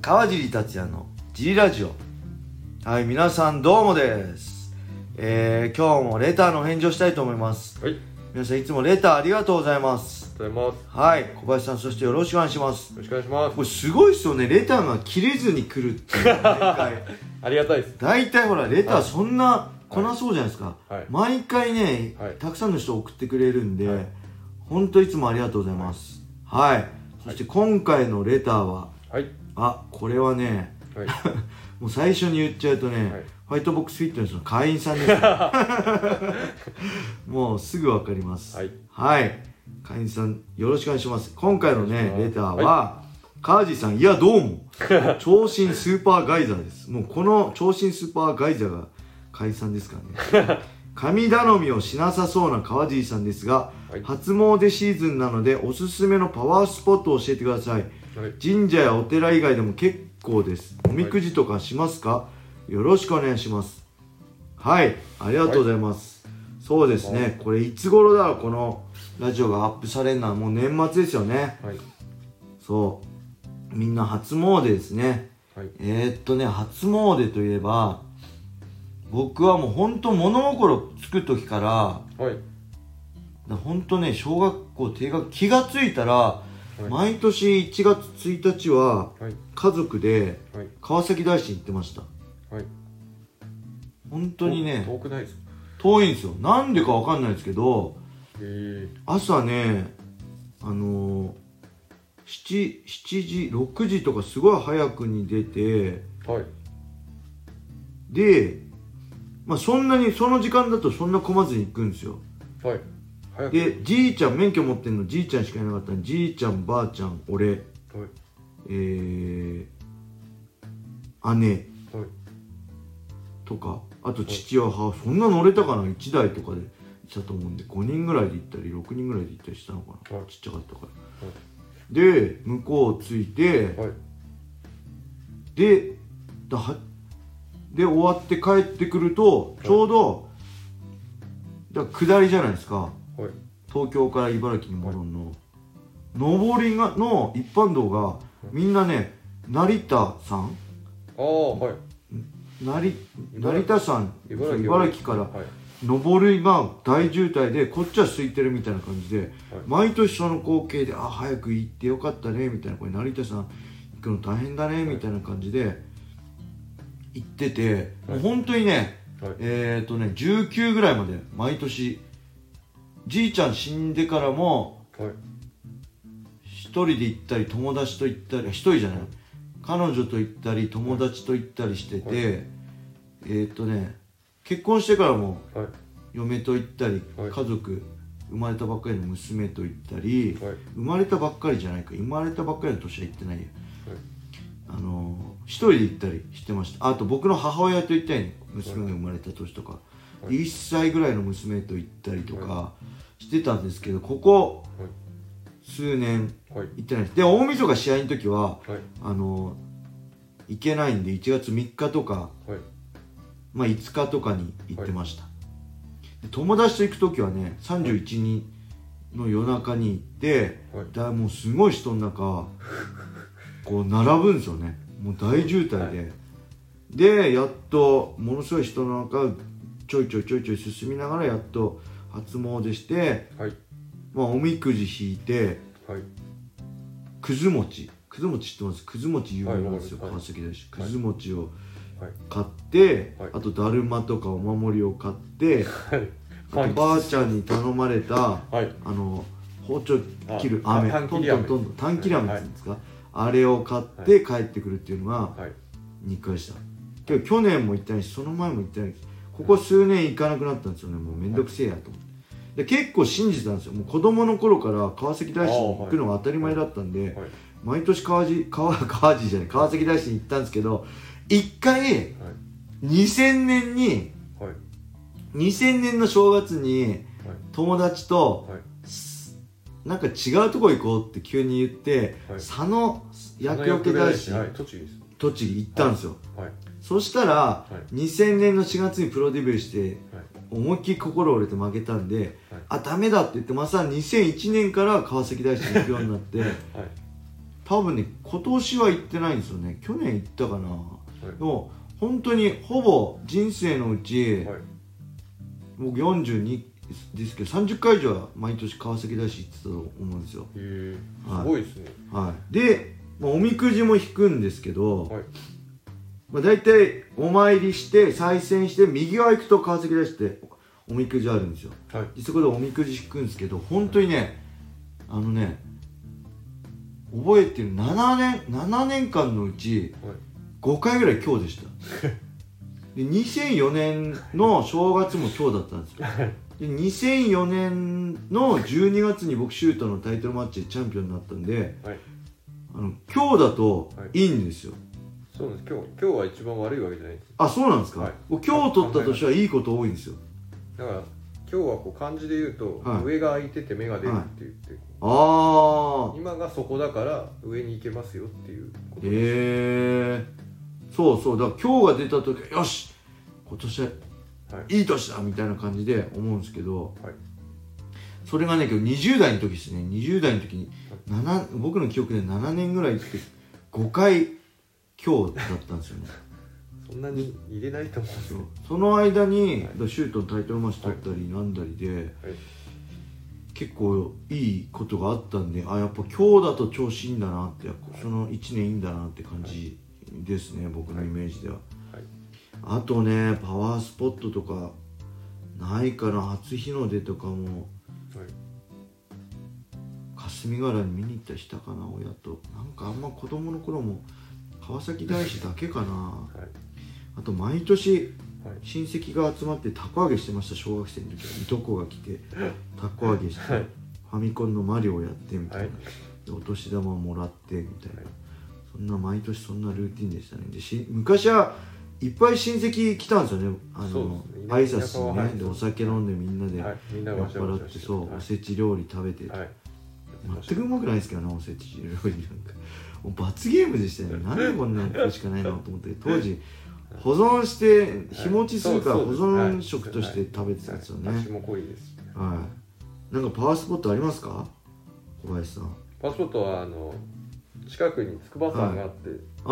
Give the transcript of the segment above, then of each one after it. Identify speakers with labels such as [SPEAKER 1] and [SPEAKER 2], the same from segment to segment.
[SPEAKER 1] 川尻達也のジリラジオ。はい、皆さんどうもです。今日もレターの返事をしたいと思います。
[SPEAKER 2] はい。
[SPEAKER 1] 皆さんいつもレターありがとうございます。
[SPEAKER 2] ありがとうございます。
[SPEAKER 1] はい、小林さんそしてよろしくお願いします。
[SPEAKER 2] よろしくお願いします。
[SPEAKER 1] これすごいですよね、レターが切れずに来るっていう毎回
[SPEAKER 2] ありがたいです。
[SPEAKER 1] 大体ほらレターそんな来なそうじゃないですか、
[SPEAKER 2] はい、
[SPEAKER 1] 毎回ね、はい、たくさんの人送ってくれるんで、はい、本当いつもありがとうございます。はい、はい、そして今回のレターは、はい、これはね、はい、もう最初に言っちゃうとね、はい、ファイトボックスフィットネスの会員さんですもうすぐ分かります。はい、はい、会員さんよろしくお願いします。今回のねレターは、はい、川地さん、いやどうも長身スーパーガイザーです。もうこの長身スーパーガイザーが会員さんですからね神頼みをしなさそうな川尻さんですが、はい、初詣シーズンなのでおすすめのパワースポットを教えてください。はい、神社やお寺以外でも結構です。おみくじとかしますか？はい、よろしくお願いします。はい、ありがとうございます。はい、そうですね、これいつ頃だろう、このラジオがアップされるのはもう年末ですよね。はい、そうみんな初詣ですね。はい、初詣といえば僕はもう本当物心つく時から、はい、本当ね小学校低学気がついたら、はい、毎年1月1日は家族で川崎大師に行ってました。はい、本当にね
[SPEAKER 2] 遠くないですか？
[SPEAKER 1] 遠いんですよ。なんでかわかんないですけど、朝ね7時6時とかすごい早くに出て、はい、でそんなにその時間だとそんな混まずに行くんですよ。はい。でじいちゃん免許持ってんのじいちゃんしかいなかったんで、じいちゃんばあちゃん俺、はい、姉、はい、とかあと父親母、そんな乗れたかな、1台とかで行ったと思うんで5人ぐらいで行ったり6人ぐらいで行ったりしたのかな、はい、ちっちゃかったから、はい、で向こう着いて、はい、で終わって帰ってくると、ちょうど下りじゃないですか、はい、東京から茨城に戻るの、はい、上りの一般道がみんなね成田さん、はい、成田山茨城から上りが大渋滞でこっちは空いてるみたいな感じで、はい、毎年その光景で早く行ってよかったねみたいな、これ成田山行くの大変だねみたいな感じで行ってて、はい、もう本当にね、はい、19ぐらいまで毎年じいちゃん死んでからも、はい、一人で行ったり友達と行ったり、一人じゃない、彼女と行ったり友達と行ったりしてて、はい、結婚してからも、はい、嫁と行ったり、はい、家族生まれたばっかりの娘と行ったり、はい、生まれたばっかりじゃないか、生まれたばっかりの年は行ってないよ、はい、一人で行ったりしてました。あと僕の母親と行ったり、娘が生まれた年とか、はい、1歳ぐらいの娘と行ったりとかしてたんですけど、ここ数年行ってないです。で大晦日試合の時は、はい、行けないんで1月3日とか、はい、5日とかに行ってました。はい、友達と行く時はね31日の夜中に行って、はい、もうすごい人の中こう並ぶんですよね。もう大渋滞で、はい、でやっとものすごい人の中ちょいちょい進みながらやっと初詣して、はい、おみくじ引いて、はい、くず餅知ってます？くず餅有名なんですよ、はい、川崎大師。くず餅を買って、はい、あとだるまとかお守りを買って、はい、あとばあちゃんに頼まれた、はい、包丁切る飴、トントン短切り飴って言うんですか、はい、あれを買って帰ってくるっていうのが2回した。けど去年も行ったないしその前も行ってないです。ここ数年行かなくなったんですよね。もうめんどくせえやと思って。で結構信じてたんですよ。もう子供の頃から川崎大師に行くのが当たり前だったんで、毎年川崎大師に行ったんですけど、1回2000年の正月に友達となんか違うとこ行こうって急に言って、佐野厄除け大師、栃木行ったんですよ。そしたら、2000年の4月にプロデビューして、思いっきり心折れて負けたんで、ダメだって言ってまた2001年から川崎大師に行くようになって、 多分ね今年は行ってないんですよね。去年行ったかな、でも本当にほぼ人生のうち、僕42ですけど30回以上は毎年川崎大師行ってたと思うんですよ。
[SPEAKER 2] すごいですね。
[SPEAKER 1] で、おみくじも引くんですけど、大体お参りして再選して右側行くと川崎大師っておみくじあるんですよ。そこでおみくじ引くんですけど、本当にね覚えてる7年間のうち5回ぐらい今日でしたで2004年の正月も今日だったんですよで2004年の12月に僕シュートのタイトルマッチでチャンピオンになったんで、今日だといいんですよ。
[SPEAKER 2] そうです。今日は一番悪いわけじゃないです。
[SPEAKER 1] あ、そうなんですか。今日取った年はいいこと多いんですよ。
[SPEAKER 2] だから今日はこう漢字で言うと、上が開いてて目が出るって言って、今がそこだから上に行けますよっていうことです。
[SPEAKER 1] そうそう、だから今日が出た時よし今年はいい年だみたいな感じで思うんですけど、それがね20代の時ですね。20代の時に僕の記憶で7年ぐらい行って5回今日だったんですよね
[SPEAKER 2] そんなに入れないと思うんですよ。
[SPEAKER 1] その間に、シュートのタイトルマッチ取ったりなんだりで、結構いいことがあったんで、やっぱ今日だと調子いいんだなって、その1年いいんだなって感じですね、僕のイメージでは。あとねパワースポットとかないかな。初日の出とかも、霞ヶ浦に見に行ったりしたかな、親と。なんかあんま子供の頃も川崎大師だけかな。あと毎年親戚が集まってたこ揚げしてました。小学生の時はいとこが来てたこ揚げして、ファミコンのマリオやってみたいな、お年玉もらってみたいな、そんな毎年そんなルーティンでしたね。で昔はいっぱい親戚来たんですよね。挨拶にね。でお酒飲んでみんなで酔っ払って、そうおせち料理食べて、全くうまくないですけどね、おせち料理なんかもう罰ゲームでしたよね。なんでこんなのしかないのと思って、当時保存して日持ちするから保存食として食べてたんですよね。
[SPEAKER 2] 味も濃いです。
[SPEAKER 1] なんかパワースポットありますか、小林さん。
[SPEAKER 2] パワースポットは近くに筑波山があって、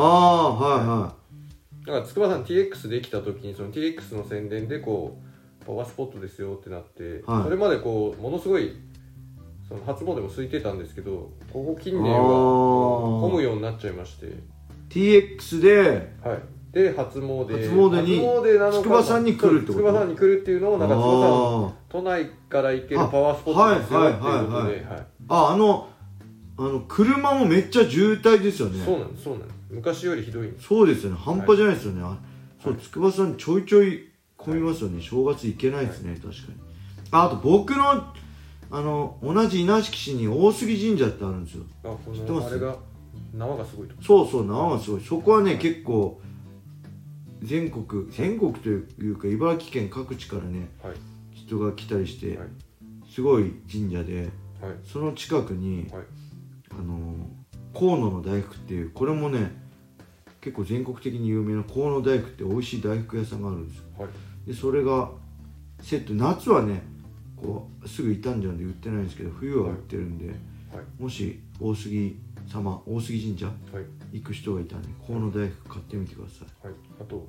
[SPEAKER 2] だから筑波山 TX できた時にその TX の宣伝でこうパワースポットですよってなって、それまでこうものすごいその初詣も空いてたんですけど、ここ近年は混むようになっちゃいまして、
[SPEAKER 1] TX で
[SPEAKER 2] で初詣
[SPEAKER 1] に筑波山に来るってこと。
[SPEAKER 2] 筑波山に来るっていうのをなんか筑波山都内から行けるパワースポットですよっていうことで、
[SPEAKER 1] 車もめっちゃ渋滞ですよね。
[SPEAKER 2] そうなんです。昔よりひどいんです。
[SPEAKER 1] そうですよね、半端じゃないですよね。そう筑波山ちょいちょい混みますよね。正月行けないですね、確かに。あと僕の同じ稲敷市に大杉神社ってあるんですよ。知ってます？
[SPEAKER 2] あれが縄がすごいと。
[SPEAKER 1] そう縄がすごい。そこはね結構全国というか茨城県各地からね、人が来たりして、すごい神社で、その近くに、河野の大福っていう、これもね結構全国的に有名な河野大福って美味しい大福屋さんがあるんですよ。でそれがセット、夏はねこうすぐ傷んじゃうんで売ってないんですけど、冬は売ってるんで、もし大杉神社、行く人がいたらね河野大福買ってみてください。
[SPEAKER 2] あと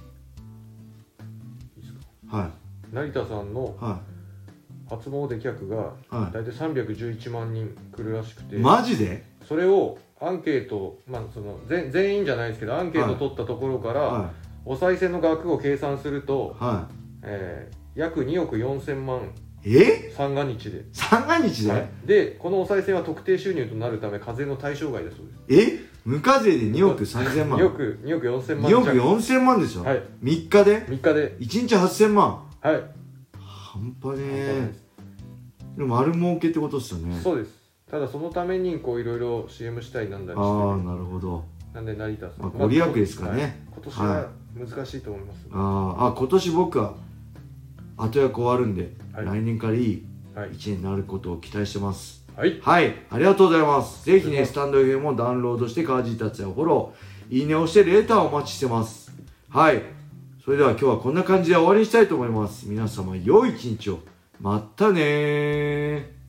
[SPEAKER 2] いいですか、成田さんの初詣客が大体311万人来るらしくて、
[SPEAKER 1] マジで？
[SPEAKER 2] それをアンケート、その全員じゃないですけどアンケート取ったところから、お賽銭の額を計算すると、約2億4000万三が日で。でこのお賽銭は特定収入となるため課税の対象外だそうです。
[SPEAKER 1] 無課税で2億3000万。
[SPEAKER 2] 2億4000万。
[SPEAKER 1] 2億4000万でしょ。3日で
[SPEAKER 2] 1
[SPEAKER 1] 日8000万。半端ねえ。でも丸儲けってことですよね。
[SPEAKER 2] そうです。ただそのためにこういろいろ CM したりなんだりして、
[SPEAKER 1] なるほど。
[SPEAKER 2] なんで成田さん、
[SPEAKER 1] ご利益ですかね。
[SPEAKER 2] 今年は難しいと思います。
[SPEAKER 1] 今年僕は後役終わるんで、来年からいい1年になることを期待してます。ありがとうございます。ぜひねスタンド FM をダウンロードして川地達也をフォロー、いいねをしてレターをお待ちしてます。それでは今日はこんな感じで終わりにしたいと思います。皆様良い一日を。またねー。